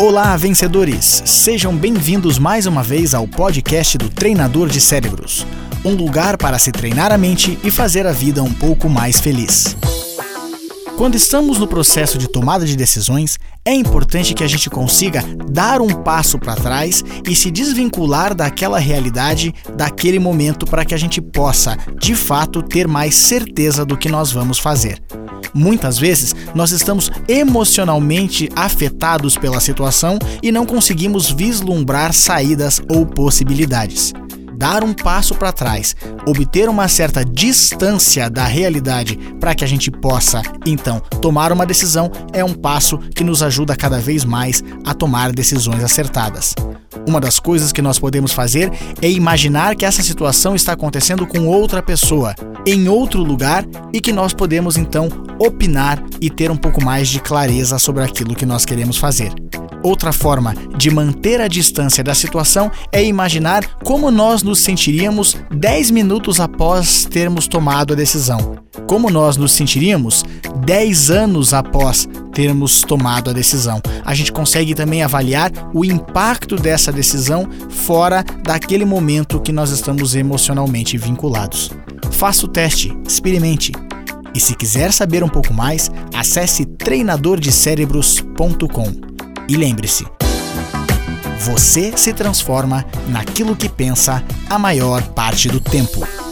Olá, vencedores! Sejam bem-vindos mais uma vez ao podcast do Treinador de Cérebros, um lugar para se treinar a mente e fazer a vida um pouco mais feliz. Quando estamos no processo de tomada de decisões, é importante que a gente consiga dar um passo para trás e se desvincular daquela realidade, daquele momento, para que a gente possa, de fato, ter mais certeza do que nós vamos fazer. Muitas vezes, nós estamos emocionalmente afetados pela situação e não conseguimos vislumbrar saídas ou possibilidades. Dar um passo para trás, obter uma certa distância da realidade para que a gente possa, então, tomar uma decisão é um passo que nos ajuda cada vez mais a tomar decisões acertadas. Uma das coisas que nós podemos fazer é imaginar que essa situação está acontecendo com outra pessoa, em outro lugar, e que nós podemos, então, opinar e ter um pouco mais de clareza sobre aquilo que nós queremos fazer. Outra forma de manter a distância da situação é imaginar como nós nos sentiríamos 10 minutos após termos tomado a decisão. Como nós nos sentiríamos 10 anos após termos tomado a decisão. A gente consegue também avaliar o impacto dessa decisão fora daquele momento que nós estamos emocionalmente vinculados. Faça o teste, experimente. E se quiser saber um pouco mais, acesse treinadordecerebros.com. E lembre-se, você se transforma naquilo que pensa a maior parte do tempo.